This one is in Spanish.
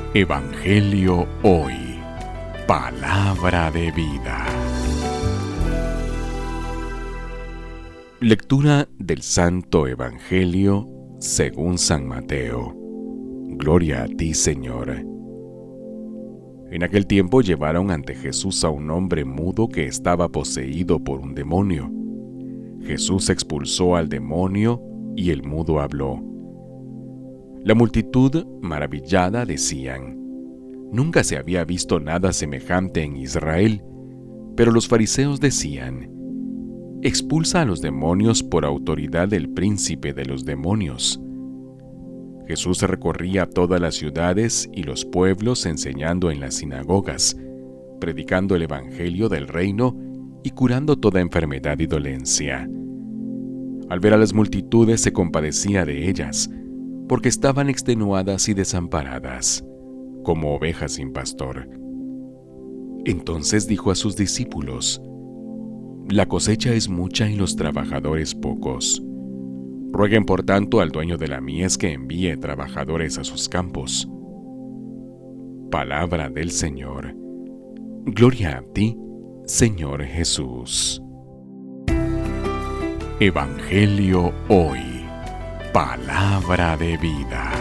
Evangelio Hoy. Palabra de vida. Lectura del Santo Evangelio según San Mateo. Gloria a ti, Señor. En aquel tiempo llevaron ante Jesús a un hombre mudo que estaba poseído por un demonio. Jesús expulsó al demonio y el mudo habló. La multitud, maravillada, decían: «Nunca se había visto nada semejante en Israel». Pero los fariseos decían: «Expulsa a los demonios por autoridad del príncipe de los demonios». Jesús recorría todas las ciudades y los pueblos enseñando en las sinagogas, predicando el evangelio del reino y curando toda enfermedad y dolencia. Al ver a las multitudes se compadecía de ellas, porque estaban extenuadas y desamparadas, como ovejas sin pastor. Entonces dijo a sus discípulos: «La cosecha es mucha y los trabajadores pocos. Rueguen por tanto al dueño de la mies que envíe trabajadores a sus campos». Palabra del Señor. Gloria a ti, Señor Jesús. Evangelio Hoy. Palabra de vida.